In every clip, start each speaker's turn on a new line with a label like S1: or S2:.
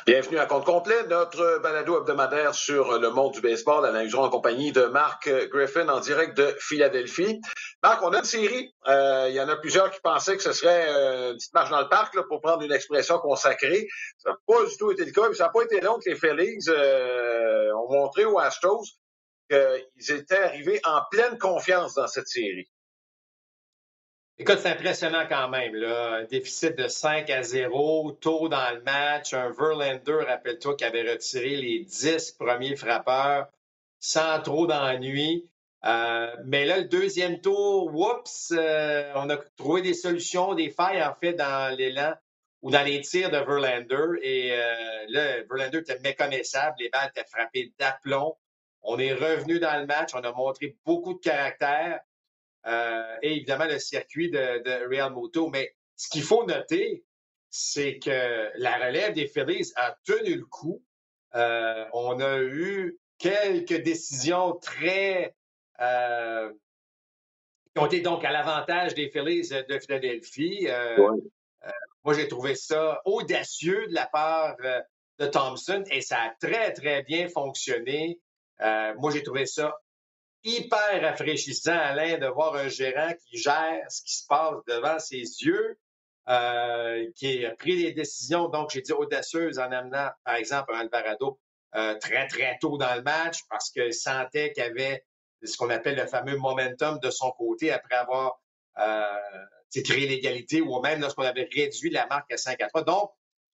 S1: Bienvenue à Compte Complet, notre balado hebdomadaire sur le monde du baseball. Analysons en compagnie de Marc Griffin en direct de Philadelphie. Marc, on a une série. Il y en a plusieurs qui pensaient que ce serait une petite marche dans le parc, là, pour prendre une expression consacrée. Ça n'a pas du tout été le cas. Ça n'a pas été long que les Phillies ont montré aux Astros qu'ils étaient arrivés en pleine confiance dans cette série.
S2: Écoute, c'est impressionnant quand même, là. Un déficit de 5-0, tôt dans le match. Un Verlander, rappelle-toi, qui avait retiré les 10 premiers frappeurs sans trop d'ennui. Mais là, le deuxième tour, on a trouvé des solutions, des failles, en fait, dans l'élan ou dans les tirs de Verlander. Et là, Verlander était méconnaissable. Les balles étaient frappées d'aplomb. On est revenu dans le match. On a montré beaucoup de caractère. Et évidemment le circuit de Real Muto. Mais ce qu'il faut noter, c'est que la relève des Phillies a tenu le coup. On a eu quelques décisions très qui ont été donc à l'avantage des Phillies de Philadelphie. Moi, j'ai trouvé ça audacieux de la part de Thompson et ça a très, très bien fonctionné. Moi, j'ai trouvé ça hyper rafraîchissant, Alain, de voir un gérant qui gère ce qui se passe devant ses yeux, qui a pris des décisions, donc j'ai dit audacieuses en amenant, par exemple, un Alvarado très, très tôt dans le match parce qu'il sentait qu'il y avait ce qu'on appelle le fameux momentum de son côté après avoir créé l'égalité ou même lorsqu'on avait réduit la marque à 5-3. Donc,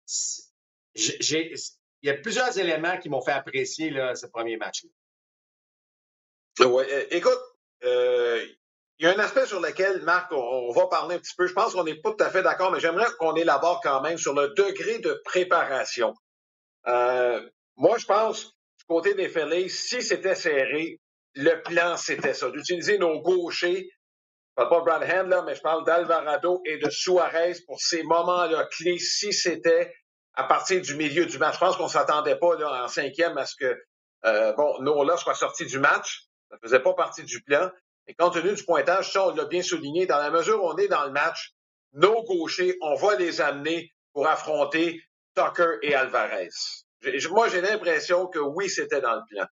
S2: il y a plusieurs éléments qui m'ont fait apprécier là, ce premier match-là.
S1: Oui, écoute, il y a un aspect sur lequel, Marc, on va parler un petit peu. Je pense qu'on n'est pas tout à fait d'accord, mais j'aimerais qu'on élabore quand même sur le degré de préparation. Moi, je pense, du côté des Phillies, si c'était serré, le plan, c'était ça, d'utiliser nos gauchers. Je parle pas de Brad Hand, là, mais je parle d'Alvarado et de Suarez pour ces moments-là clés, si c'était à partir du milieu du match. Je pense qu'on s'attendait pas là, en cinquième à ce que Nola soit sorti du match. Ça faisait pas partie du plan. Et compte tenu du pointage, ça, on l'a bien souligné, dans la mesure où on est dans le match, nos gauchers, on va les amener pour affronter Tucker et Alvarez. Moi, j'ai l'impression que oui, c'était dans le plan.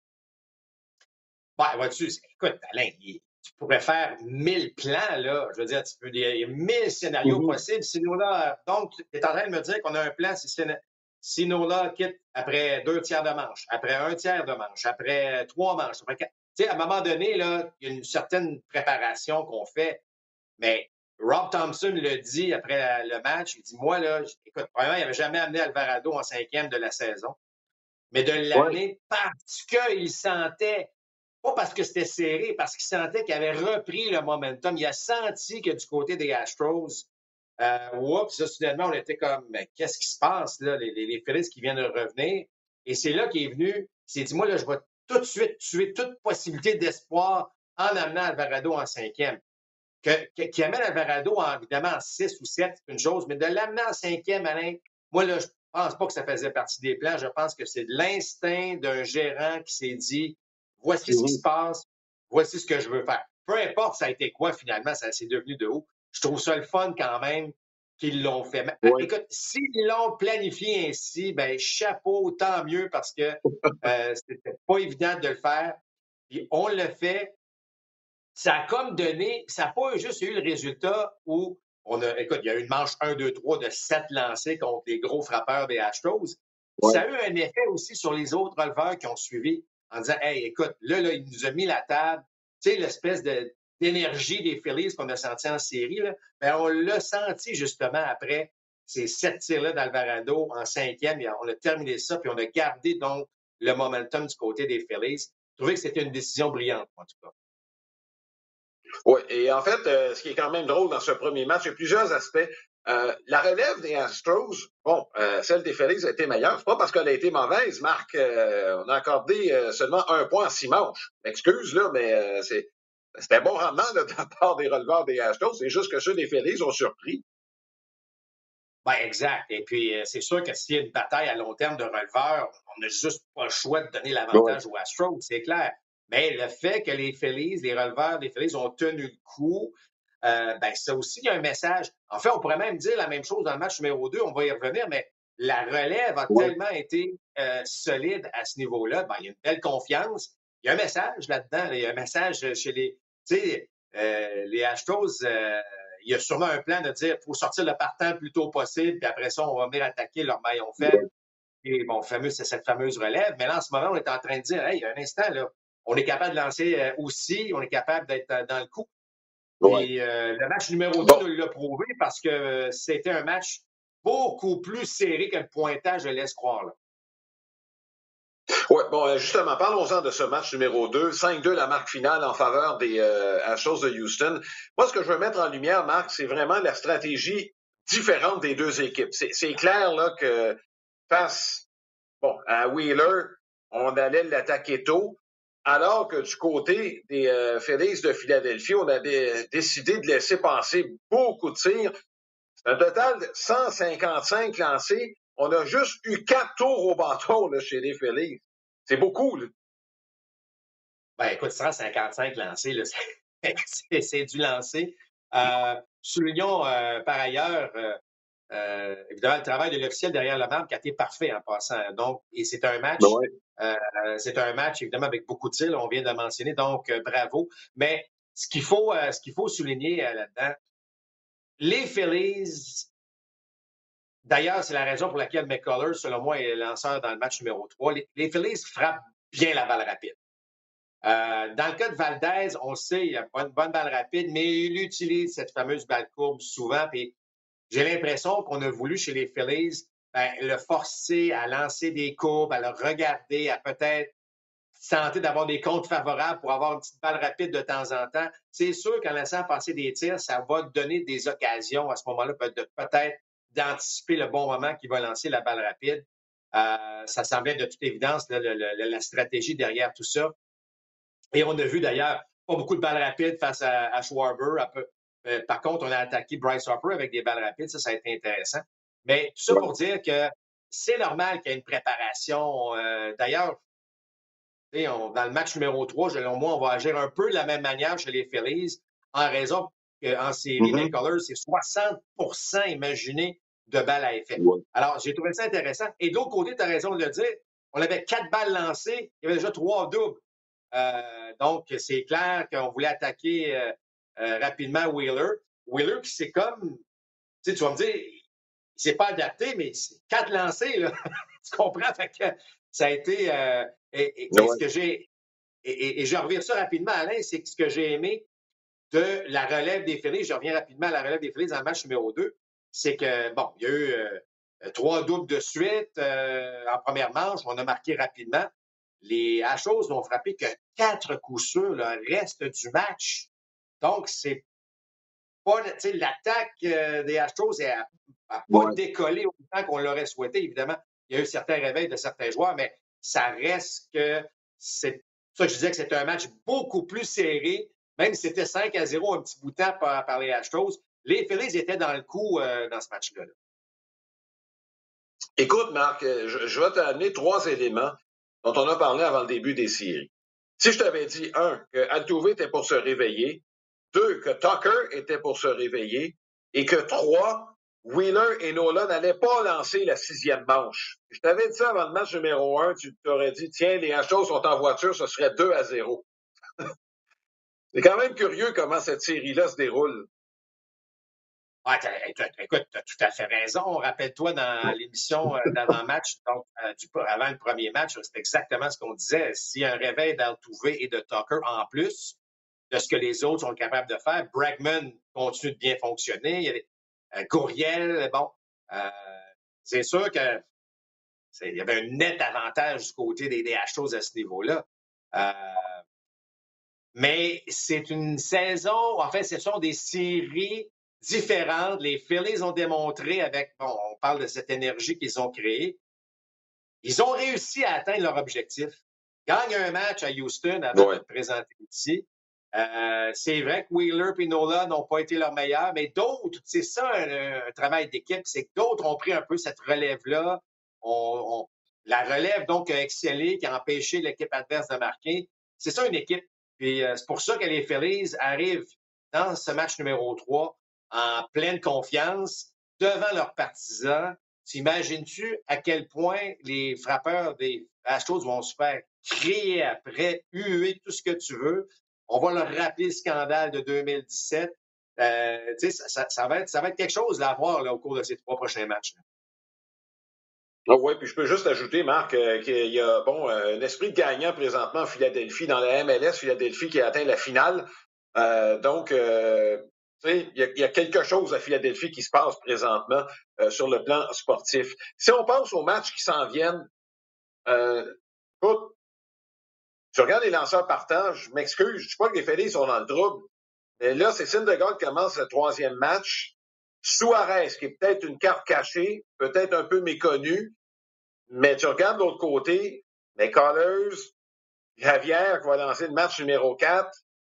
S2: Ouais, vois-tu, écoute, Alain, tu pourrais faire 1000 plans, là. Je veux dire, il y a 1000 scénarios possibles. Sinola, donc, tu es en train de me dire qu'on a un plan si Sinola quitte après 2 tiers de manche, après 1 tiers de manche, après 3 manches, après 4. Tu sais, à un moment donné, là, il y a une certaine préparation qu'on fait. Mais Rob Thompson le dit après le match. Il dit, moi, là, écoute, premièrement, il n'avait jamais amené Alvarado en cinquième de la saison. Mais de l'amener parce qu'il sentait, pas parce que c'était serré, parce qu'il sentait qu'il avait repris le momentum. Il a senti que du côté des Astros, là, soudainement, on était comme, mais qu'est-ce qui se passe, là, les Phillies qui viennent de revenir. Et c'est là qu'il est venu, il s'est dit, moi, là, je vais tout de suite tuer toute possibilité d'espoir en amenant Alvarado en cinquième. Qui amène Alvarado, évidemment, en 6 ou 7, c'est une chose, mais de l'amener en cinquième, Alain, moi, là, je pense pas que ça faisait partie des plans. Je pense que c'est de l'instinct d'un gérant qui s'est dit, voici ce qui se passe, voici ce que je veux faire. Peu importe ça a été quoi, finalement, ça s'est devenu de haut. Je trouve ça le fun quand même qu'ils l'ont fait. Mais, écoute, s'ils l'ont planifié ainsi, ben chapeau, tant mieux, parce que c'était pas évident de le faire. Puis on le fait. Ça a comme donné, ça n'a pas juste eu le résultat où écoute, il y a eu une manche 1, 2, 3 de 7 lancés contre les gros frappeurs des Astros. Ouais. Ça a eu un effet aussi sur les autres releveurs qui ont suivi en disant, hey, écoute, là, il nous a mis la table. Tu sais, l'espèce d'énergie des Phillies qu'on a senti en série, là, ben, on l'a senti justement après ces 7 tirs-là d'Alvarado en cinquième. On a terminé ça, puis on a gardé donc le momentum du côté des Phillies. Je trouvais que c'était une décision brillante, en tout cas.
S1: Oui, et en fait, ce qui est quand même drôle dans ce premier match, il y a plusieurs aspects. La relève des Astros, celle des Phillies a été meilleure. C'est pas parce qu'elle a été mauvaise, Marc. On a accordé seulement 1 point en 6 manches. Excuse, là, mais c'était un bon rendement là, de la part des releveurs des Astros. C'est juste que ceux des Phillies ont surpris.
S2: Ben, exact. Et puis, c'est sûr que s'il y a une bataille à long terme de releveurs, on n'a juste pas le choix de donner l'avantage aux Astros, c'est clair. Mais le fait que les Phillies, les releveurs des Phillies ont tenu le coup, ben, ça aussi, il y a un message. En fait, on pourrait même dire la même chose dans le match numéro 2, on va y revenir, mais la relève a tellement été solide à ce niveau-là. Ben, il y a une belle confiance. Il y a un message là-dedans. Là. Il y a un message chez les... Tu sais, les Astros, il y a sûrement un plan de dire qu'il faut sortir le partant le plus tôt possible, puis après ça, on va venir attaquer leur maillon faible. Et bon, c'est cette fameuse relève. Mais là, en ce moment, on est en train de dire, hey, un instant, là, on est capable de lancer aussi, on est capable d'être dans le coup. Puis le match numéro 2 nous l'a prouvé parce que c'était un match beaucoup plus serré que le pointage le laisse croire. Là.
S1: Oui, bon, justement, parlons-en de ce match numéro 2. 5-2, la marque finale en faveur des Astros de Houston. Moi, ce que je veux mettre en lumière, Marc, c'est vraiment la stratégie différente des deux équipes. C'est clair là que face à Wheeler, on allait l'attaquer tôt, alors que du côté des Phillies de Philadelphie, on avait décidé de laisser passer beaucoup de tirs. Un total de 155 lancés. On a juste eu 4 tours au bâton là, chez les Phillies. C'est beaucoup, là.
S2: Ben, écoute, 155 lancés, là, c'est du lancer. Soulignons par ailleurs, évidemment, le travail de l'officiel derrière le marque a été parfait en passant. Donc, et c'est un match, évidemment, avec beaucoup de tirs, on vient de le mentionner, donc bravo. Mais ce qu'il faut souligner là-dedans, les Phillies, d'ailleurs, c'est la raison pour laquelle McCullers, selon moi, est lanceur dans le match numéro 3. Les Phillies frappent bien la balle rapide. Dans le cas de Valdez, on sait, il a pas une bonne balle rapide, mais il utilise cette fameuse balle courbe souvent. Puis j'ai l'impression qu'on a voulu chez les Phillies le forcer à lancer des courbes, à le regarder, à peut-être tenter d'avoir des comptes favorables pour avoir une petite balle rapide de temps en temps. C'est sûr qu'en laissant passer des tirs, ça va donner des occasions à ce moment-là peut-être d'anticiper le bon moment qu'il va lancer la balle rapide. Ça semblait de toute évidence la stratégie derrière tout ça. Et on a vu d'ailleurs pas beaucoup de balles rapides face à Schwarber. Par contre, on a attaqué Bryce Harper avec des balles rapides. Ça a été intéressant. Mais tout ça pour dire que c'est normal qu'il y ait une préparation. D'ailleurs, dans le match numéro 3, selon moi, on va agir un peu de la même manière chez les Phillies en raison qu'en série, McCullers, c'est 60% imaginé de balles à effet. Alors, j'ai trouvé ça intéressant. Et de l'autre côté, tu as raison de le dire, on avait 4 balles lancées, il y avait déjà 3 doubles. Donc, c'est clair qu'on voulait attaquer rapidement Wheeler. Wheeler qui c'est comme, tu vas me dire, il s'est pas adapté, mais c'est 4 lancés, là. Tu comprends? Fait que ça a été... ce que j'ai... Et je reviens ça rapidement, Alain, c'est que ce que j'ai aimé de la relève des Phillies, je reviens rapidement à la relève des Phillies dans le match numéro 2, c'est que, bon, il y a eu 3 doubles de suite en première manche, on a marqué rapidement. Les Astros n'ont frappé que 4 coups sûrs le reste du match. Donc, c'est pas, l'attaque des Astros n'a pas décollé autant qu'on l'aurait souhaité. Évidemment, il y a eu certains réveils de certains joueurs, mais ça reste que c'est ça que je disais que c'était un match beaucoup plus serré, même si c'était 5-0 un petit bout de temps par les Astros. Les Phillies étaient dans le coup dans ce match-là.
S1: Écoute, Marc, je vais t'amener 3 éléments dont on a parlé avant le début des séries. Si je t'avais dit, 1, que Altuve était pour se réveiller, 2, que Tucker était pour se réveiller, et que 3, Wheeler et Nola n'allaient pas lancer la 6e manche. Je t'avais dit ça avant le match numéro 1, tu t'aurais dit, tiens, les Astros sont en voiture, ce serait 2-0. C'est quand même curieux comment cette série-là se déroule.
S2: Ah, écoute, tu as tout à fait raison. Rappelle-toi dans l'émission d'avant-match, donc avant le premier match, c'est exactement ce qu'on disait. S'il y a un réveil d'Altuve et de Tucker en plus de ce que les autres sont capables de faire, Bregman continue de bien fonctionner. Il y a des, Gurriel, bon, c'est sûr que il y avait un net avantage du côté des Astros à ce niveau-là. Mais c'est une saison, en fait, ce sont des séries différentes. Les Phillies ont démontré avec, bon, on parle de cette énergie qu'ils ont créée. Ils ont réussi à atteindre leur objectif. Gagnent un match à Houston avant de le présenter ici. C'est vrai que Wheeler et Nola n'ont pas été leurs meilleurs, mais d'autres, c'est ça un travail d'équipe, c'est que d'autres ont pris un peu cette relève-là. La relève, donc, a excellé, qui a empêché l'équipe adverse de marquer. C'est ça une équipe. Puis c'est pour ça que les Phillies arrivent dans ce match numéro 3 en pleine confiance, devant leurs partisans. t'imagines-tu à quel point les frappeurs des Astros vont se faire crier après, huer, tout ce que tu veux? On va leur rappeler le scandale de 2017. Ça va être quelque chose à voir là, au cours de ces 3 prochains matchs.
S1: Ah oui, puis je peux juste ajouter, Marc, qu'il y a un esprit de gagnant présentement en Philadelphie, dans la MLS, Philadelphie qui a atteint la finale. Il y a quelque chose à Philadelphie qui se passe présentement sur le plan sportif. Si on pense aux matchs qui s'en viennent, écoute, tu regardes les lanceurs partants, je m'excuse, je dis pas que les Phillies sont dans le trouble, mais là, c'est Syndergaard qui commence le 3e match. Suarez, qui est peut-être une carte cachée, peut-être un peu méconnue, mais tu regardes de l'autre côté, les Callers, Javier qui va lancer le match numéro 4.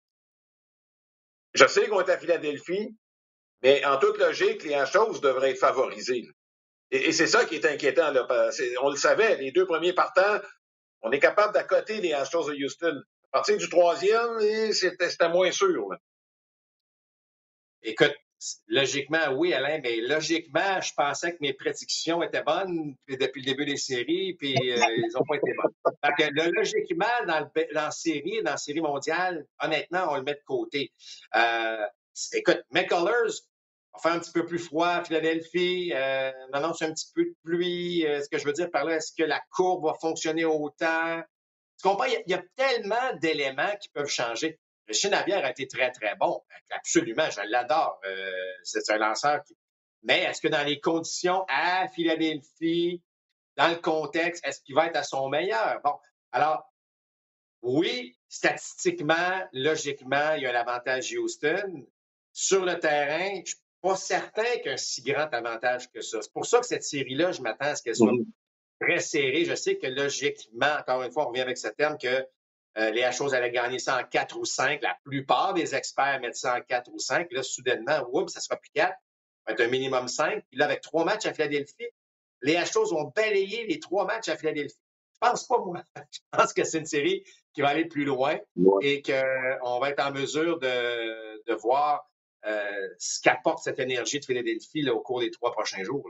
S1: Je sais qu'on est à Philadelphie, mais en toute logique, les Astros devraient être favorisés. Et c'est ça qui est inquiétant. Là. On le savait, les 2 premiers partants, on est capable d'accoter les Astros de Houston. À partir du 3e, c'était moins sûr. Là.
S2: Écoute, logiquement, oui, Alain, mais logiquement, je pensais que mes prédictions étaient bonnes depuis le début des séries, puis ils n'ont pas été bonnes. Fait que, logiquement, dans la série mondiale, honnêtement, on le met de côté. Écoute, McCullers, on va faire un petit peu plus froid à Philadelphie. On annonce un petit peu de pluie. Ce que je veux dire par là, est-ce que la courbe va fonctionner autant? Tu comprends? Il y a tellement d'éléments qui peuvent changer. Le Chenavière a été très, très bon. Absolument, je l'adore. C'est un lanceur qui... Mais est-ce que dans les conditions à Philadelphie, dans le contexte, est-ce qu'il va être à son meilleur? Bon, alors, oui, statistiquement, logiquement, il y a un avantage Houston. Sur le terrain, je ne suis pas certain qu'un si grand avantage que ça. C'est pour ça que cette série-là, je m'attends à ce qu'elle soit très serrée. Je sais que logiquement, encore une fois, on revient avec ce terme que les Astros allaient gagner ça en 4 ou 5. La plupart des experts mettent ça en 4 ou 5. Là, soudainement, oups, ça sera plus 4. Ça va être un minimum 5. Puis là, avec 3 matchs à Philadelphie, les Astros vont balayer les 3 matchs à Philadelphie. Je pense pas, moi. Je pense que c'est une série qui va aller plus loin et qu'on va être en mesure de voir ce qu'apporte cette énergie de Philadelphie là, au cours des 3 prochains jours. Là.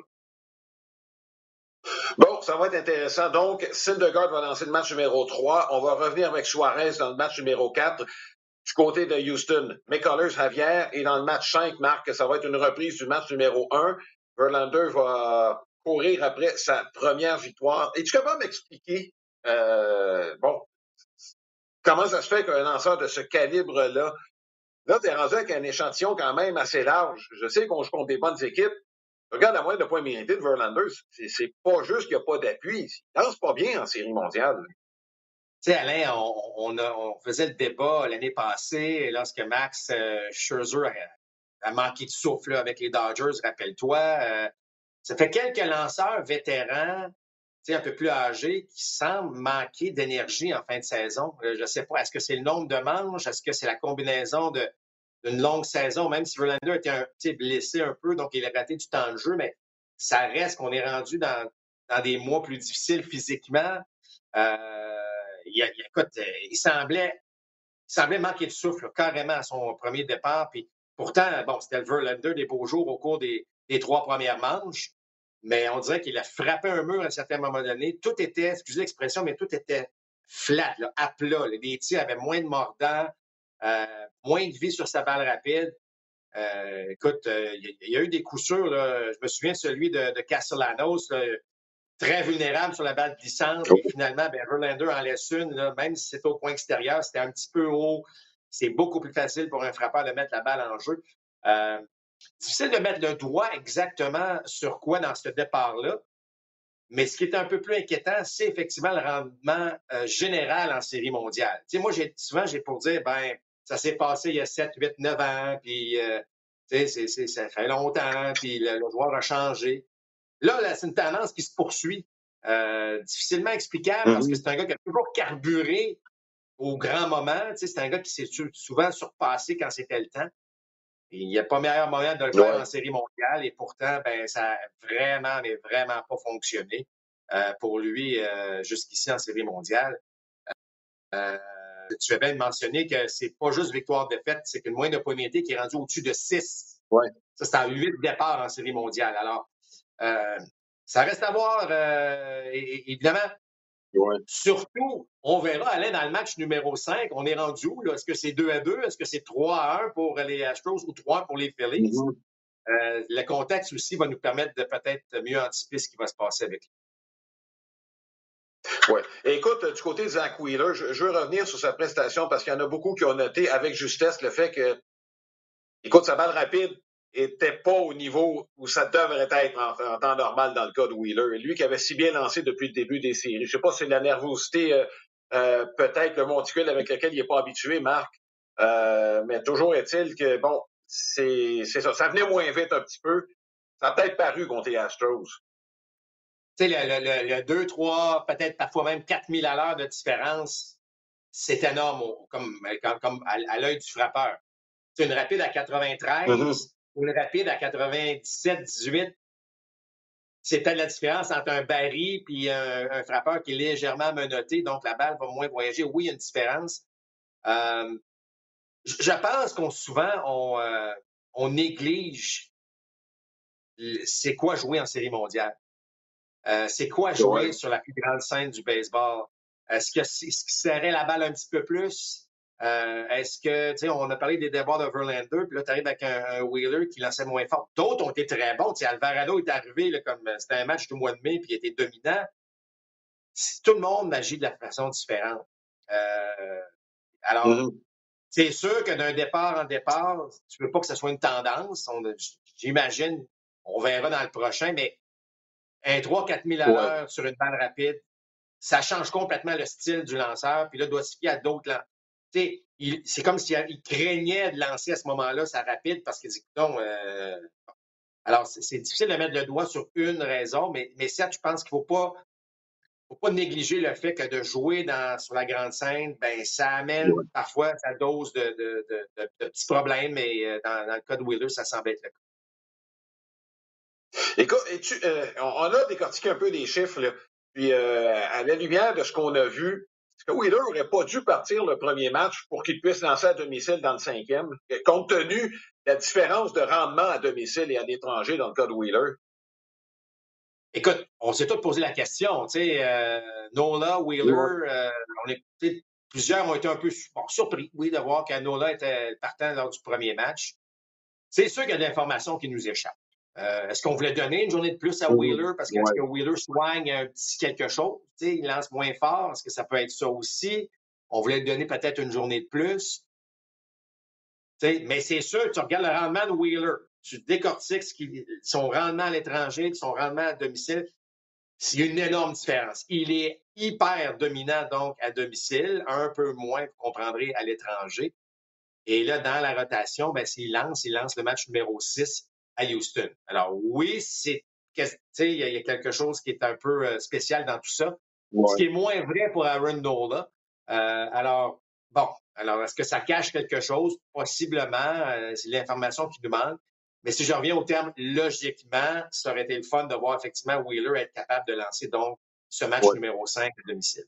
S1: Bon, ça va être intéressant. Donc, Syndergaard va lancer le match numéro 3. On va revenir avec Suarez dans le match numéro 4 du côté de Houston. McCullers, Javier, et dans le match 5, Marc, ça va être une reprise du match numéro 1. Verlander va courir après sa première victoire. Es-tu capable de m'expliquer, comment ça se fait qu'un lanceur de ce calibre-là, là, t'es rendu avec un échantillon quand même assez large. Je sais qu'on joue contre des bonnes équipes. Regarde la moyenne de points mérités de Verlander. C'est pas juste qu'il n'y a pas d'appui. Il lance pas bien en série mondiale.
S2: Tu sais, Alain, on faisait le débat l'année passée lorsque Max Scherzer a manqué de souffle là, avec les Dodgers, rappelle-toi. Ça fait quelques lanceurs vétérans, un peu plus âgés, qui semblent manquer d'énergie en fin de saison. Je ne sais pas, est-ce que c'est le nombre de manches? Est-ce que c'est la combinaison d'une longue saison? Même si Verlander était blessé un peu, donc il a raté du temps de jeu, mais ça reste qu'on est rendu dans des mois plus difficiles physiquement. Écoute, il semblait manquer de souffle là, carrément à son premier départ. Puis pourtant, bon, c'était le Verlander des beaux jours au cours des 3 premières manches. Mais on dirait qu'il a frappé un mur à un certain moment donné. Tout était, excusez l'expression, mais tout était flat, là, à plat. Les tirs avaient moins de mordant, moins de vie sur sa balle rapide. Écoute, il y a eu des coups sûrs. Là. Je me souviens de celui de Castellanos, là, très vulnérable sur la balle glissante. Et finalement, Verlander en laisse une, là, même si c'était au coin extérieur, c'était un petit peu haut. C'est beaucoup plus facile pour un frappeur de mettre la balle en jeu. Difficile de mettre le doigt exactement sur quoi dans ce départ-là. Mais ce qui est un peu plus inquiétant, c'est effectivement le rendement général en série mondiale. Tu sais, moi, souvent, j'ai pour dire, ça s'est passé il y a 7, 8, 9 ans, puis ça fait longtemps, puis le joueur a changé. Là, c'est une tendance qui se poursuit. Difficilement explicable parce que c'est un gars qui a toujours carburé au grand moment. Tu sais, c'est un gars qui s'est souvent surpassé quand c'était le temps. Et il n'y a pas meilleur moyen de le faire en série mondiale et pourtant, ça n'a vraiment, mais vraiment pas fonctionné pour lui jusqu'ici en série mondiale. Tu as bien mentionné que c'est pas juste victoire-défaite, c'est qu'une moyenne de points mérités qui est rendue au-dessus de 6.
S1: Ouais.
S2: Ça, c'est en 8 départs en série mondiale. Alors, Ça reste à voir, évidemment.
S1: Ouais.
S2: Surtout, on verra aller dans le match numéro 5. On est rendu où? Là? Est-ce que c'est 2-2? Est-ce que c'est 3-1 pour les Astros ou 3 pour les Phillies?
S1: Mm-hmm.
S2: Le contexte aussi va nous permettre de peut-être mieux anticiper ce qui va se passer avec lui.
S1: Oui. Écoute, du côté de Zach Wheeler, je veux revenir sur sa prestation parce qu'il y en a beaucoup qui ont noté avec justesse le fait que, écoute, sa balle rapide était pas au niveau où ça devrait être en temps normal dans le cas de Wheeler. Lui qui avait si bien lancé depuis le début des séries. Je sais pas si c'est la nervosité, peut-être le monticule avec lequel il n'est pas habitué, Marc. Mais toujours est-il que, bon, c'est ça. Ça venait moins vite un petit peu. Ça a peut-être paru contre les Astros.
S2: Tu sais, le 2, 3, peut-être parfois même 4000 à l'heure de différence, c'est énorme comme à l'œil du frappeur. C'est une rapide à 93,
S1: Mm-hmm.
S2: une rapide à 97, 18. C'est peut-être la différence entre un baril et un frappeur qui est légèrement menotté, donc la balle va moins voyager. Oui, il y a une différence. Je pense qu'on souvent on néglige c'est quoi jouer en série mondiale. C'est quoi jouer sur la plus grande scène du baseball? Est-ce qu'il serrait la balle un petit peu plus? Est-ce que, tu sais, on a parlé des débords de Verlander, puis là, tu arrives avec un Wheeler qui lançait moins fort. D'autres ont été très bons. Tu sais, Alvarado est arrivé là, comme c'était un match du mois de mai, puis il était dominant. Tout le monde agit de la façon différente. Alors,
S1: Mm-hmm.
S2: c'est sûr que d'un départ en départ, tu veux pas que ce soit une tendance. J'imagine, on verra dans le prochain, mais un 3-4 000 à
S1: Ouais.
S2: l'heure sur une balle rapide, ça change complètement le style du lanceur, puis là, doit se fier à d'autres lanceurs. C'est comme s'il craignait de lancer à ce moment-là sa rapide parce qu'il dit non. Alors, c'est difficile de mettre le doigt sur une raison, mais certes, je pense qu'il ne faut pas négliger le fait que de jouer sur la grande scène, ben, ça amène
S1: Ouais.
S2: parfois sa dose de petits problèmes, mais dans le cas de Wheeler, ça semble être le cas.
S1: Écoute, on a décortiqué un peu les chiffres, là. Puis à la lumière de ce qu'on a vu, est-ce que Wheeler n'aurait pas dû partir le premier match pour qu'il puisse lancer à domicile dans le 5e, compte tenu de la différence de rendement à domicile et à l'étranger dans le cas de Wheeler?
S2: Écoute, on s'est tous posé la question, tu sais, Nola, Wheeler, plusieurs ont été un peu surpris, oui, de voir que Nola était partant lors du premier match. C'est sûr qu'il y a de l'information qui nous échappe. Est-ce qu'on voulait donner une journée de plus à Wheeler parce que, est-ce que Wheeler soigne un petit quelque chose? Tu sais, il lance moins fort. Est-ce que ça peut être ça aussi? On voulait donner peut-être une journée de plus. Tu sais, mais c'est sûr, tu regardes le rendement de Wheeler, tu décortiques son rendement à l'étranger, son rendement à domicile. Il y a une énorme différence. Il est hyper dominant, donc, à domicile, un peu moins, vous comprendrez, à l'étranger. Et là, dans la rotation, ben, il lance le match numéro 6 à Houston. Alors, oui, il y a quelque chose qui est un peu spécial dans tout ça. Ce qui est moins vrai pour Aaron Nola. Alors, est-ce que ça cache quelque chose? Possiblement, c'est l'information qui nous manque. Mais si je reviens au terme logiquement, ça aurait été le fun de voir effectivement Wheeler être capable de lancer donc ce match numéro 5 à domicile.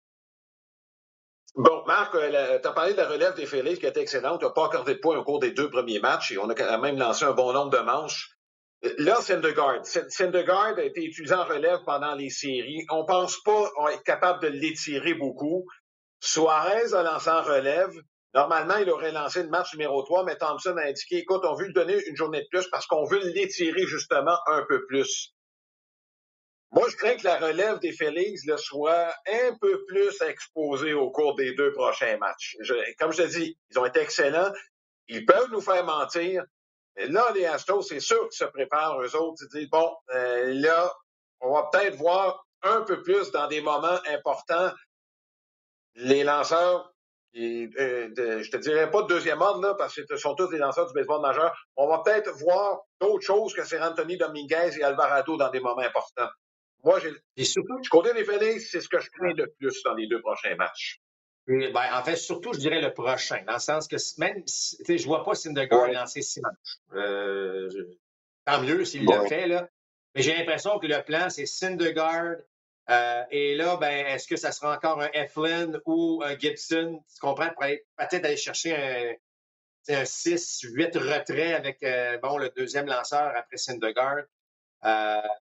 S1: Bon, Marc, tu as parlé de la relève des Phillies qui était excellente. Tu n'as pas accordé de points au cours des 2 premiers matchs et on a quand même lancé un bon nombre de manches. Là, Syndergaard. Syndergaard a été utilisé en relève pendant les séries. On pense pas être capable de l'étirer beaucoup. Suarez a lancé en relève. Normalement, il aurait lancé le match numéro 3, mais Thompson a indiqué, écoute, on veut lui donner une journée de plus parce qu'on veut l'étirer justement un peu plus. Moi, je crains que la relève des Phillies soit un peu plus exposée au cours des 2 prochains matchs. Comme je te dis, ils ont été excellents. Ils peuvent nous faire mentir. Mais là, les Astros, c'est sûr qu'ils se préparent, eux autres. Ils disent, bon, là, on va peut-être voir un peu plus dans des moments importants les lanceurs, je te dirais pas de deuxième ordre, là, parce que ce sont tous des lanceurs du baseball majeur. On va peut-être voir d'autres choses que c'est Anthony Dominguez et Alvarado dans des moments importants. Moi, du côté des Phillies, c'est ce que je crains le plus dans les 2 prochains matchs.
S2: Ben, en fait, surtout, je dirais le prochain, dans le sens que même, je ne vois pas Syndergaard lancer 6 matchs. Tant mieux s'il le fait, là. Mais j'ai l'impression que le plan, c'est Syndergaard. Et là, ben, est-ce que ça sera encore un Eflin ou un Gibson? Tu comprends? Pour peut-être aller chercher un 6, 8 retrait avec le deuxième lanceur après Syndergaard.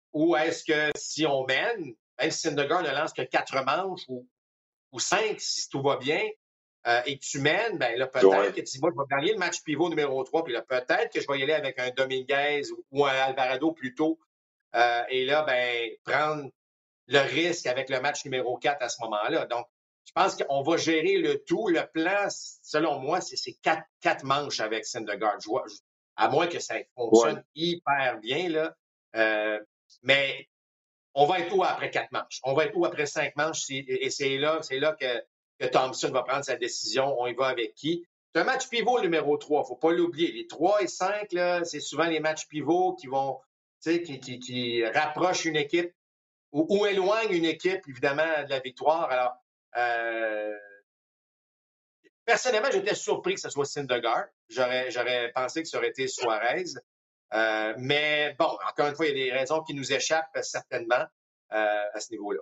S2: Ou est-ce que si on mène, même si Syndergaard ne lance que 4 manches ou 5, si tout va bien, et que tu mènes, ben là, peut-être que tu dis, moi, je vais gagner le match pivot numéro 3, puis là, peut-être que je vais y aller avec un Dominguez ou un Alvarado plus tôt. Et là, ben, prendre le risque avec le match numéro 4 à ce moment-là. Donc, je pense qu'on va gérer le tout. Le plan, selon moi, c'est 4 manches avec Syndergaard. À moins que ça fonctionne hyper bien, là. Mais on va être où après 4 manches? On va être où après 5 manches? Et c'est là que Thompson va prendre sa décision. On y va avec qui? C'est un match pivot numéro 3. Il ne faut pas l'oublier. Les 3 et 5, là, c'est souvent les matchs pivots qui vont, qui rapprochent une équipe ou éloignent une équipe, évidemment, de la victoire. Alors, personnellement, j'étais surpris que ce soit Syndergaard. J'aurais pensé que ça aurait été Suarez. Mais bon, encore une fois, il y a des raisons qui nous échappent certainement à ce niveau-là.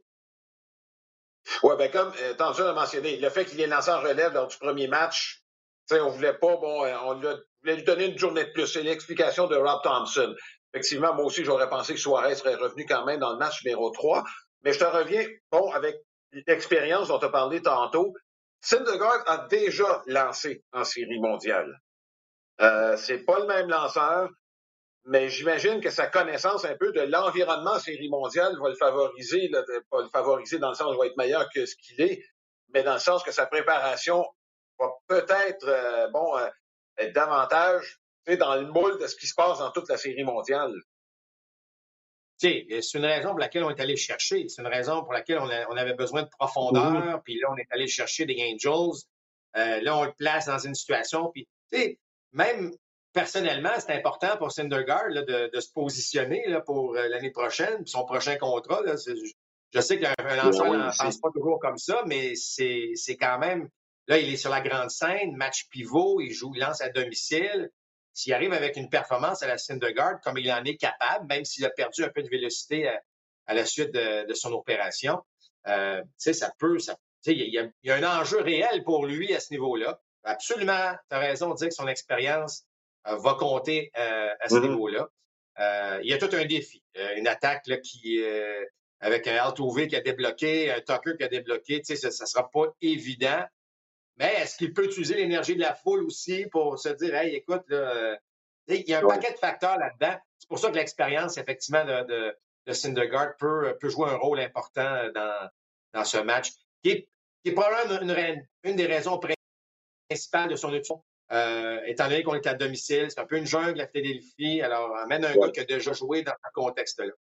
S1: Oui, ben comme Thompson a mentionné, le fait qu'il ait lancé en relève lors du premier match, on voulait pas, on voulait lui donner une journée de plus. C'est l'explication de Rob Thompson. Effectivement, moi aussi, j'aurais pensé que Suarez serait revenu quand même dans le match numéro 3. Mais je te reviens, avec l'expérience dont tu as parlé tantôt, Syndergaard a déjà lancé en série mondiale. C'est pas le même lanceur, mais j'imagine que sa connaissance un peu de l'environnement série mondiale va le favoriser, pas le favoriser dans le sens où il va être meilleur que ce qu'il est, mais dans le sens que sa préparation va peut-être être davantage dans le moule de ce qui se passe dans toute la série mondiale.
S2: C'est une raison pour laquelle on est allé chercher. C'est une raison pour laquelle on avait besoin de profondeur. Puis là, on est allé chercher des Angels. Là, on le place dans une situation. Puis, même personnellement, c'est important pour Syndergaard là, de se positionner là, pour l'année prochaine, puis son prochain contrat. Là, je sais qu'un lanceur ne pense pas toujours comme ça, mais c'est quand même. Là, il est sur la grande scène, match pivot, il lance à domicile. S'il arrive avec une performance à la Syndergaard, comme il en est capable, même s'il a perdu un peu de vélocité à la suite de son opération, ça peut. Il y a un enjeu réel pour lui à ce niveau-là. Absolument, tu as raison de dire que son expérience va compter à ce niveau-là. Il y a tout un défi. Une attaque là, avec un Altuve qui a débloqué, un Tucker qui a débloqué, ça ne sera pas évident. Mais est-ce qu'il peut utiliser l'énergie de la foule aussi pour se dire, hey, écoute, là, il y a un paquet de facteurs là-dedans. C'est pour ça que l'expérience, effectivement, de Syndergaard peut jouer un rôle important dans ce match, qui est probablement une des raisons principales de son étude. Étant donné qu'on est à domicile, c'est un peu une jungle à Philadelphie. Alors, amène un gars qui a déjà joué dans ce contexte-là.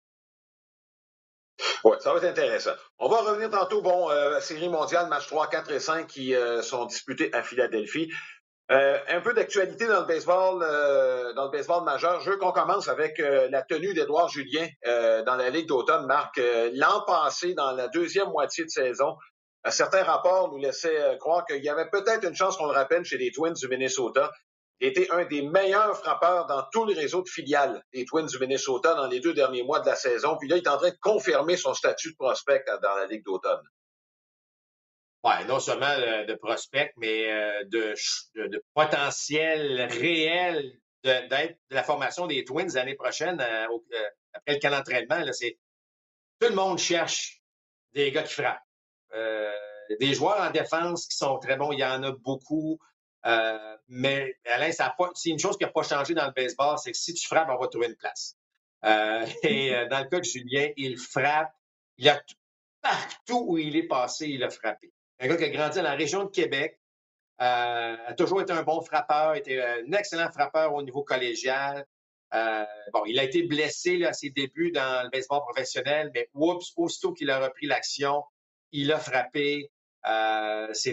S1: Oui, ça va être intéressant. On va revenir tantôt, série mondiale, match 3, 4 et 5 qui sont disputés à Philadelphie. Un peu d'actualité dans le baseball majeur. Je veux qu'on commence avec la tenue d'Édouard Julien dans la Ligue d'automne. Marc, l'an passé, dans la deuxième moitié de saison, certains rapports nous laissaient croire qu'il y avait peut-être une chance qu'on le rappelle chez les Twins du Minnesota. Il était un des meilleurs frappeurs dans tout le réseau de filiales des Twins du Minnesota dans les 2 derniers mois de la saison. Puis là, il est en train de confirmer son statut de prospect dans la Ligue d'automne.
S2: Oui, non seulement de prospect, mais de potentiel réel d'être de la formation des Twins l'année prochaine après le camp d'entraînement. Tout le monde cherche des gars qui frappent. Des joueurs en défense qui sont très bons, il y en a beaucoup. Mais Alain, c'est une chose qui n'a pas changé dans le baseball, c'est que si tu frappes, on va trouver une place. Et dans le cas de Julien, il frappe. Partout où il est passé, il a frappé. Un gars qui a grandi dans la région de Québec, a toujours été un bon frappeur, était un excellent frappeur au niveau collégial. Il a été blessé là, à ses débuts dans le baseball professionnel, mais aussitôt qu'il a repris l'action, il a frappé. C'est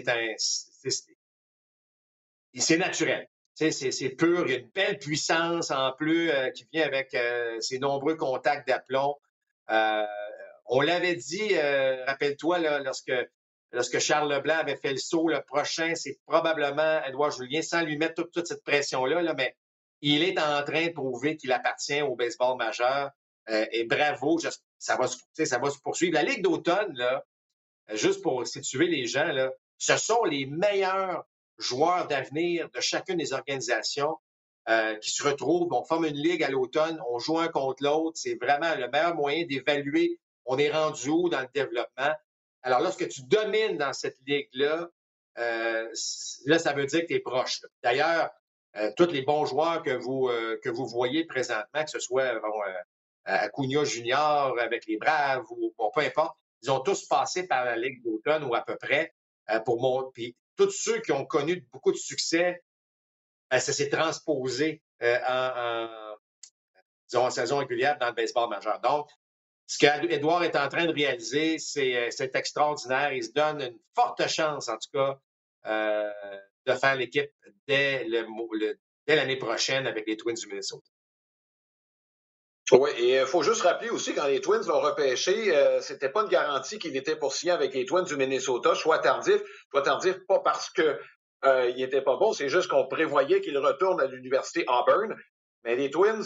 S2: naturel. C'est pur. Il y a une belle puissance en plus qui vient avec ses nombreux contacts d'aplomb. On l'avait dit, rappelle-toi, là, lorsque Charles Leblanc avait fait le saut, le prochain, c'est probablement Édouard Julien, sans lui mettre toute cette pression-là, là, mais il est en train de prouver qu'il appartient au baseball majeur. Et bravo, ça va se poursuivre. La Ligue d'automne, là, juste pour situer les gens, là, ce sont les meilleurs joueurs d'avenir de chacune des organisations qui se retrouvent, on forme une ligue à l'automne, on joue un contre l'autre. C'est vraiment le meilleur moyen d'évaluer on est rendu où dans le développement. Alors, lorsque tu domines dans cette ligue-là, là, ça veut dire que tu es proche. D'ailleurs, tous les bons joueurs que vous voyez présentement, que ce soit Acuna Junior avec les Braves ou bon, peu importe, ils ont tous passé par la Ligue d'automne ou à peu près Puis tous ceux qui ont connu beaucoup de succès, ça s'est transposé disons, en saison régulière dans le baseball majeur. Donc, ce qu'Edouard est en train de réaliser, c'est extraordinaire. Il se donne une forte chance, en tout cas, de faire l'équipe dès l'année prochaine avec les Twins du Minnesota.
S1: Oui, et il faut juste rappeler aussi, quand les Twins l'ont repêché, c'était pas une garantie qu'il était pour signer avec les Twins du Minnesota, choix tardif pas parce que il était pas bon, c'est juste qu'on prévoyait qu'il retourne à l'université Auburn. Mais les Twins,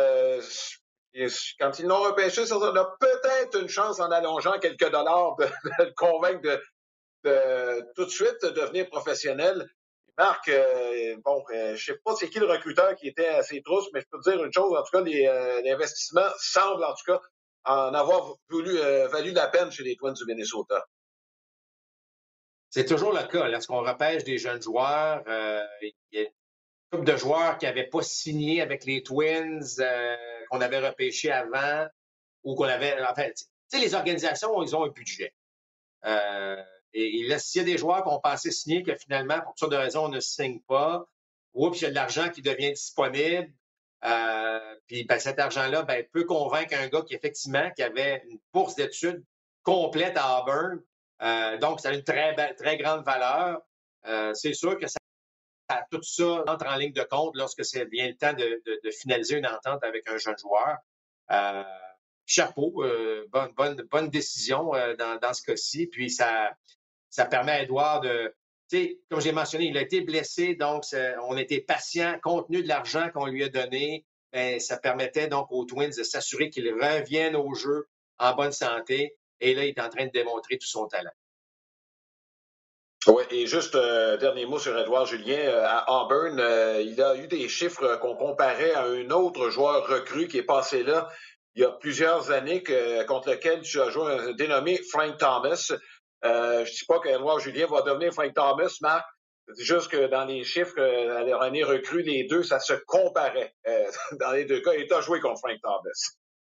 S1: quand ils l'ont repêché, ça a peut-être une chance en allongeant quelques dollars de le convaincre de tout de suite devenir professionnel. Marc, je sais pas c'est qui le recruteur qui était à ses trousses, mais je peux te dire une chose, en tout cas, l'investissement semble, en tout cas, en avoir valu la peine chez les Twins du Minnesota.
S2: C'est toujours le cas. Lorsqu'on repêche des jeunes joueurs, il y a une couple de joueurs qui n'avaient pas signé avec les Twins, qu'on avait repêché avant, ou qu'on avait... En fait, tu sais, les organisations, ils ont un budget. Et là, s'il y a des joueurs qu'on pensait signer, que finalement, pour toutes sortes de raisons, on ne signe pas, ou puis il y a de l'argent qui devient disponible, puis ben, cet argent-là peut convaincre un gars qui, effectivement, qui avait une bourse d'études complète à Auburn. Donc, ça a une très grande valeur. C'est sûr que tout ça entre en ligne de compte lorsque c'est bien le temps de finaliser une entente avec un jeune joueur. Chapeau, bonne décision dans ce cas-ci. Puis ça permet à Edouard de, tu sais, comme j'ai mentionné, il a été blessé, donc on était patient, compte tenu de l'argent qu'on lui a donné, ça permettait donc aux Twins de s'assurer qu'ils reviennent au jeu en bonne santé. Et là, il est en train de démontrer tout son talent.
S1: Oui, et juste dernier mot sur Edouard Julien. À Auburn, il a eu des chiffres qu'on comparait à un autre joueur recru qui est passé là il y a plusieurs années contre lequel tu as joué un dénommé Frank Thomas. Je ne dis pas qu'Edouard Julien va devenir Frank Thomas, Marc. C'est juste que dans les chiffres, à leur année recrue, les deux, ça se comparait. Dans les deux cas, il a joué contre Frank Thomas.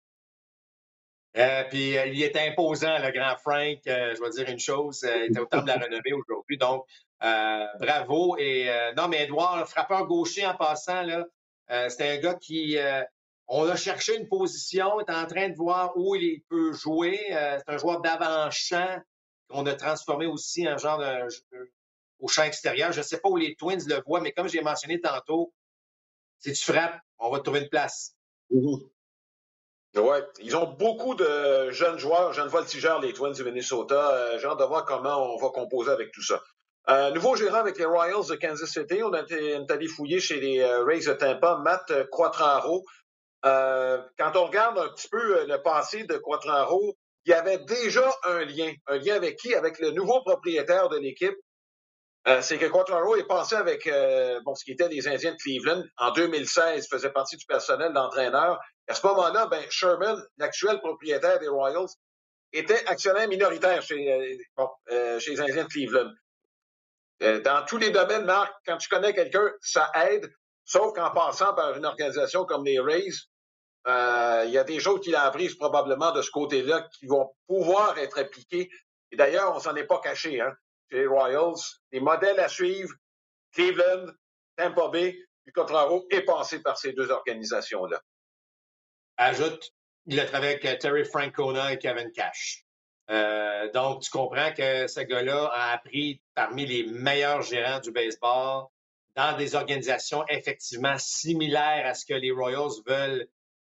S2: Puis il est imposant, le grand Frank. Je vais dire une chose, il était au temps de la renommée aujourd'hui. Donc, bravo. Et non, mais Edouard, frappeur gaucher en passant, là, c'était un gars qui. On a cherché une position, est en train de voir où il peut jouer. C'est un joueur d'avant-champ qu'on a transformé aussi en genre au champ extérieur. Je ne sais pas où les Twins le voient, mais comme j'ai mentionné tantôt, si tu frappes, on va te trouver une place.
S1: Oui, ils ont beaucoup de jeunes joueurs, jeunes voltigeurs, les Twins du Minnesota. J'ai hâte de voir comment on va composer avec tout ça. Nouveau gérant avec les Royals de Kansas City. On est allé fouiller chez les Rays de Tampa, Matt Quatraro. Quand on regarde un petit peu le passé de Quatraro, il y avait déjà un lien. Un lien avec qui? Avec le nouveau propriétaire de l'équipe. C'est que Quatraro est passé avec ce qui était les Indiens de Cleveland. En 2016, il faisait partie du personnel d'entraîneur. À ce moment-là, Sherman, l'actuel propriétaire des Royals, était actionnaire minoritaire chez les Indiens de Cleveland. Dans tous les domaines, Marc, quand tu connais quelqu'un, ça aide, sauf qu'en passant par une organisation comme les Rays, il y a des choses qu'il a apprises probablement de ce côté-là qui vont pouvoir être appliquées. Et d'ailleurs, on s'en est pas caché, hein. Chez les Royals, les modèles à suivre, Cleveland, Tampa Bay, puis Quatraro est passé par ces deux organisations-là.
S2: Ajoute, il a travaillé avec Terry Francona et Kevin Cash. Donc, tu comprends que ce gars-là a appris parmi les meilleurs gérants du baseball dans des organisations effectivement similaires à ce que les Royals veulent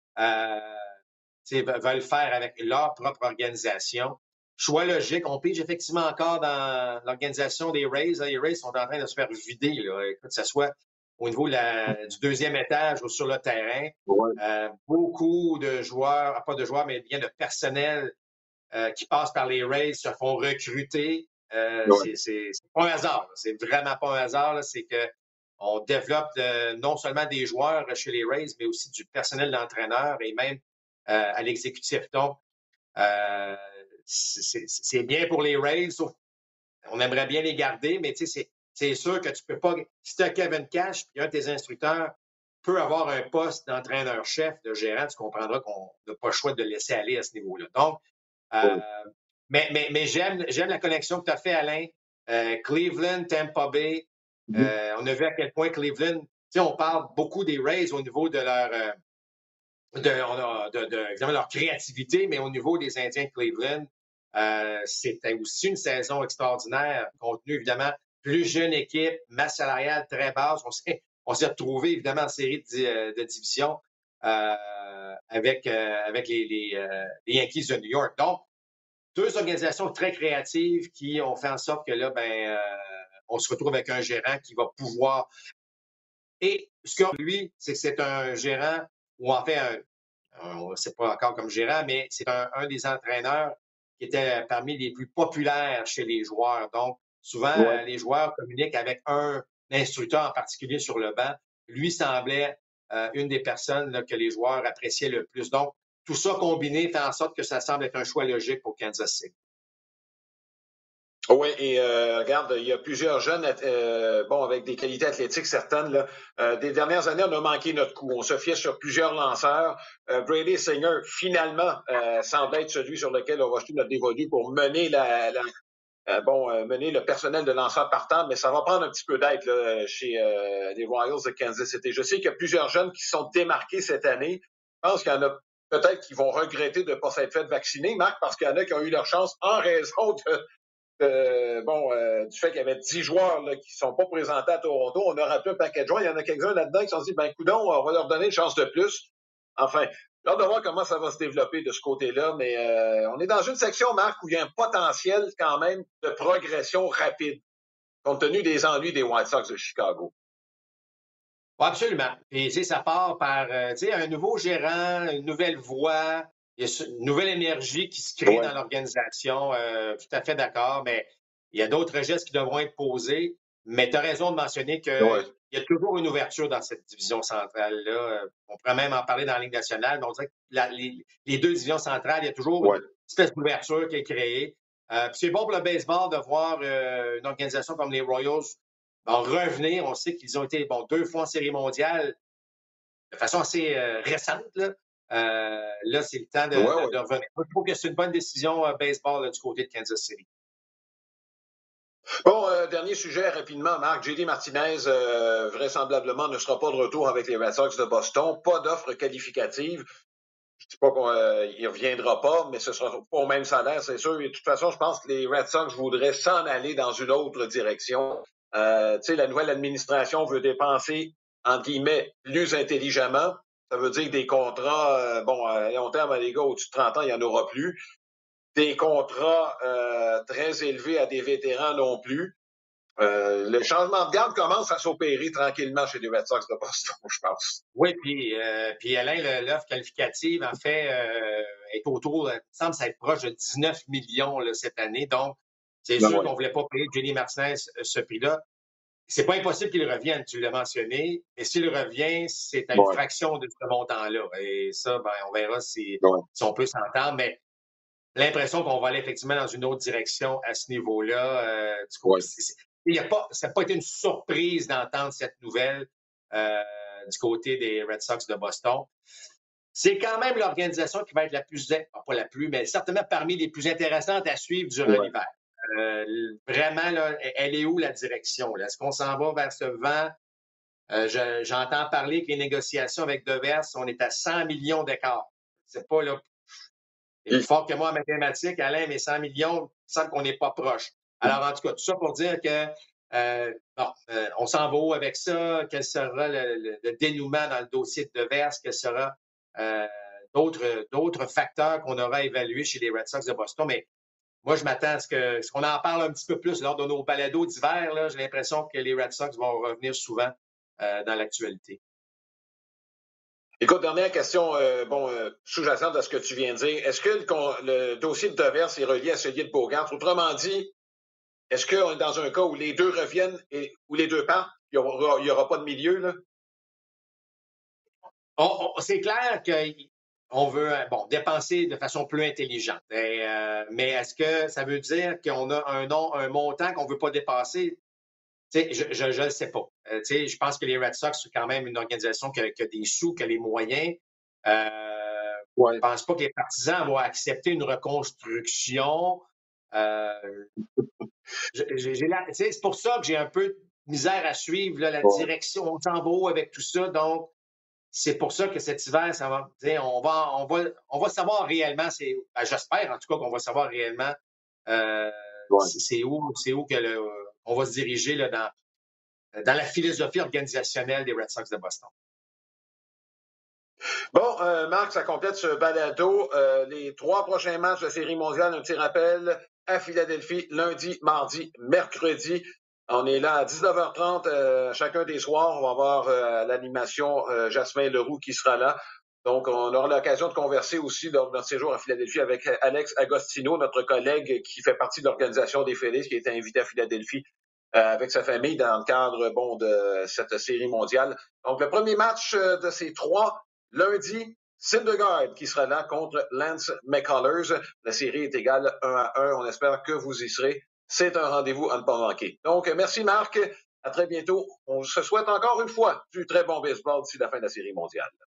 S2: faire avec leur propre organisation. Choix logique, on pige effectivement encore dans l'organisation des Rays. Les Rays sont en train de se faire vider, là. Écoute, que ce soit au niveau du deuxième étage ou sur le terrain.
S1: Ouais.
S2: Beaucoup de joueurs, pas de joueurs, mais bien de personnel qui passent par les Rays se font recruter. C'est pas un hasard. C'est vraiment pas un hasard. C'est que on développe non seulement des joueurs chez les Rays, mais aussi du personnel d'entraîneur et même à l'exécutif. Donc, c'est bien pour les Rays. On aimerait bien les garder, mais c'est sûr que tu peux pas. Si tu as Kevin Cash, puis un de tes instructeurs peut avoir un poste d'entraîneur-chef, de gérant, tu comprendras qu'on n'a pas le choix de le laisser aller à ce niveau-là. Donc, mais j'aime la connexion que tu as fait, Alain. Cleveland, Tampa Bay. On a vu à quel point Cleveland, on parle beaucoup des Rays au niveau de leur évidemment, leur créativité, mais au niveau des Indiens de Cleveland, c'était aussi une saison extraordinaire, compte tenu, évidemment, plus jeune équipe, masse salariale très basse. On s'est retrouvé, évidemment, en série de division avec les Yankees de New York. Donc, deux organisations très créatives qui ont fait en sorte que là, on se retrouve avec un gérant qui va pouvoir. Et ce que lui, c'est que c'est un gérant, ou en fait, on ne sait pas encore comme gérant, mais c'est un des entraîneurs qui était parmi les plus populaires chez les joueurs. Donc, souvent, les joueurs communiquent avec un instructeur en particulier sur le banc. Lui semblait une des personnes là, que les joueurs appréciaient le plus. Donc, tout ça combiné fait en sorte que ça semble être un choix logique pour Kansas City.
S1: Oui, et regarde, il y a plusieurs jeunes, avec des qualités athlétiques certaines. Là, des dernières années, on a manqué notre coup. On se fiait sur plusieurs lanceurs. Brady Singer, finalement, semble être celui sur lequel on va jeter notre dévolu pour mener mener le personnel de lanceurs partant, mais ça va prendre un petit peu d'aide chez les Royals de Kansas City. Je sais qu'il y a plusieurs jeunes qui sont démarqués cette année. Je pense qu'il y en a peut-être qui vont regretter de ne pas s'être fait vacciner, Marc, parce qu'il y en a qui ont eu leur chance en raison du fait qu'il y avait 10 joueurs là, qui ne sont pas présentés à Toronto. On a rappelé un paquet de joueurs. Il y en a quelques-uns là-dedans qui se sont dit, coudonc, on va leur donner une chance de plus. Enfin, j'ai hâte de voir comment ça va se développer de ce côté-là, mais on est dans une section, Marc, où il y a un potentiel quand même de progression rapide, compte tenu des ennuis des White Sox de Chicago.
S2: Oui, absolument. Et ça part par un nouveau gérant, une nouvelle voix, il y a une nouvelle énergie qui se crée dans l'organisation. Tout à fait d'accord, mais il y a d'autres gestes qui devront être posés. Mais tu as raison de mentionner qu'il y a toujours une ouverture dans cette division centrale-là. On pourrait même en parler dans la Ligue nationale, mais on dirait que les deux divisions centrales, il y a toujours une espèce d'ouverture qui est créée. Puis c'est bon pour le baseball de voir une organisation comme les Royals revenir. On sait qu'ils ont été 2 fois en série mondiale de façon assez récente. Là, c'est le temps de revenir. Je trouve que c'est une bonne décision baseball là, du côté de Kansas City.
S1: Bon, dernier sujet rapidement, Marc. JD Martinez, vraisemblablement, ne sera pas de retour avec les Red Sox de Boston. Pas d'offre qualificative. Je ne dis pas qu'il ne reviendra pas, mais ce sera pas au même salaire, c'est sûr. Et de toute façon, je pense que les Red Sox voudraient s'en aller dans une autre direction. La nouvelle administration veut dépenser, entre guillemets, plus intelligemment. Ça veut dire que des contrats, à long terme, les gars, au-dessus de 30 ans, il n'y en aura plus. Des contrats très élevés à des vétérans non plus. Le changement de garde commence à s'opérer tranquillement chez les Red Sox de Boston, je pense.
S2: Oui, puis Alain, l'offre qualificative, en fait, est autour, il me semble, ça être proche de 19 millions là, cette année. Donc, c'est sûr qu'on ne voulait pas payer JD Martinez ce prix-là. C'est pas impossible qu'il revienne, tu l'as mentionné, mais s'il revient, c'est à une fraction de ce montant-là. Et ça, on verra si on peut s'entendre, mais l'impression qu'on va aller effectivement dans une autre direction à ce niveau-là. Ça n'a pas été une surprise d'entendre cette nouvelle du côté des Red Sox de Boston. C'est quand même l'organisation qui va être la plus, pas la plus, mais certainement parmi les plus intéressantes à suivre durant l'hiver. Vraiment, là, elle est où la direction? Est-ce qu'on s'en va vers ce vent? J'entends parler que les négociations avec Devers, on est à 100 millions d'écart. C'est pas là. Il est plus fort que moi en mathématiques, Alain, mais 100 millions, il semble qu'on n'est pas proche. Alors, en tout cas, tout ça pour dire que on s'en va où avec ça? Quel sera le dénouement dans le dossier de Devers? Quels sera d'autres facteurs qu'on aura évalués chez les Red Sox de Boston? Mais moi, je m'attends à ce qu'on en parle un petit peu plus lors de nos balados d'hiver. J'ai l'impression que les Red Sox vont revenir souvent dans l'actualité.
S1: Écoute, dernière question, sous-jacente à ce que tu viens de dire. Est-ce que le dossier de Devers est relié à celui de Bogart? Autrement dit, est-ce qu'on est dans un cas où les deux reviennent et où les deux partent il n'y aura pas de milieu, là?
S2: C'est clair qu'on veut dépenser de façon plus intelligente. Mais est-ce que ça veut dire qu'on a un montant qu'on ne veut pas dépasser? Je ne sais pas. Je pense que les Red Sox sont quand même une organisation qui a des sous, qui a les moyens. Je ne pense pas que les partisans vont accepter une reconstruction. C'est pour ça que j'ai un peu de misère à suivre là, la direction. On s'en va où avec tout ça. Donc, c'est pour ça que cet hiver, on va savoir réellement, j'espère en tout cas qu'on va savoir réellement c'est où que on va se diriger là, dans la philosophie organisationnelle des Red Sox de Boston.
S1: Bon, Marc, ça complète ce balado. Les 3 prochains matchs de Série mondiale, un petit rappel, à Philadelphie, lundi, mardi, mercredi. On est là à 19h30 chacun des soirs. On va avoir l'animation Jasmin Leroux qui sera là. Donc, on aura l'occasion de converser aussi lors de notre séjour à Philadelphie avec Alex Agostino, notre collègue qui fait partie de l'organisation des Phillies, qui a été invité à Philadelphie avec sa famille dans le cadre de cette série mondiale. Donc, le premier match de ces 3, lundi, Syndergaard qui sera là contre Lance McCullers. La série est égale 1-1. On espère que vous y serez. C'est un rendez-vous à ne pas manquer. Donc, merci Marc. À très bientôt. On se souhaite encore une fois du très bon baseball d'ici la fin de la série mondiale.